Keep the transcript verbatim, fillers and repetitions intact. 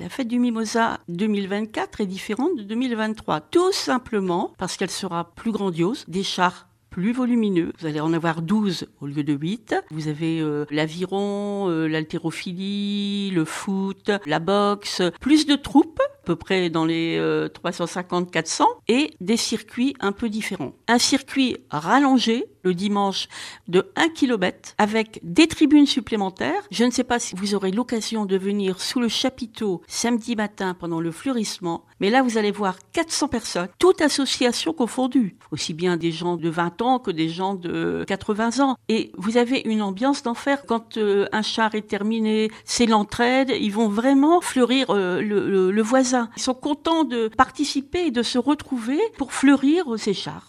La fête du Mimosa deux mille vingt-quatre est différente de deux mille vingt-trois. Tout simplement parce qu'elle sera plus grandiose, des chars plus volumineux. Vous allez en avoir douze au lieu de huit. Vous avez euh, l'aviron, euh, l'haltérophilie, le foot, la boxe, plus de troupes, à peu près dans les euh, trois cent cinquante à quatre cents, et des circuits un peu différents. Un circuit rallongé le dimanche de un kilomètre avec des tribunes supplémentaires. Je ne sais pas si vous aurez l'occasion de venir sous le chapiteau samedi matin pendant le fleurissement, mais là vous allez voir quatre cents personnes, toutes associations confondues, aussi bien des gens de vingt ans que des gens de quatre-vingts ans. Et vous avez une ambiance d'enfer. Quand euh, un char est terminé, c'est l'entraide, ils vont vraiment fleurir euh, le, le, le voisin. Ils sont contents de participer et de se retrouver pour fleurir euh, ces chars.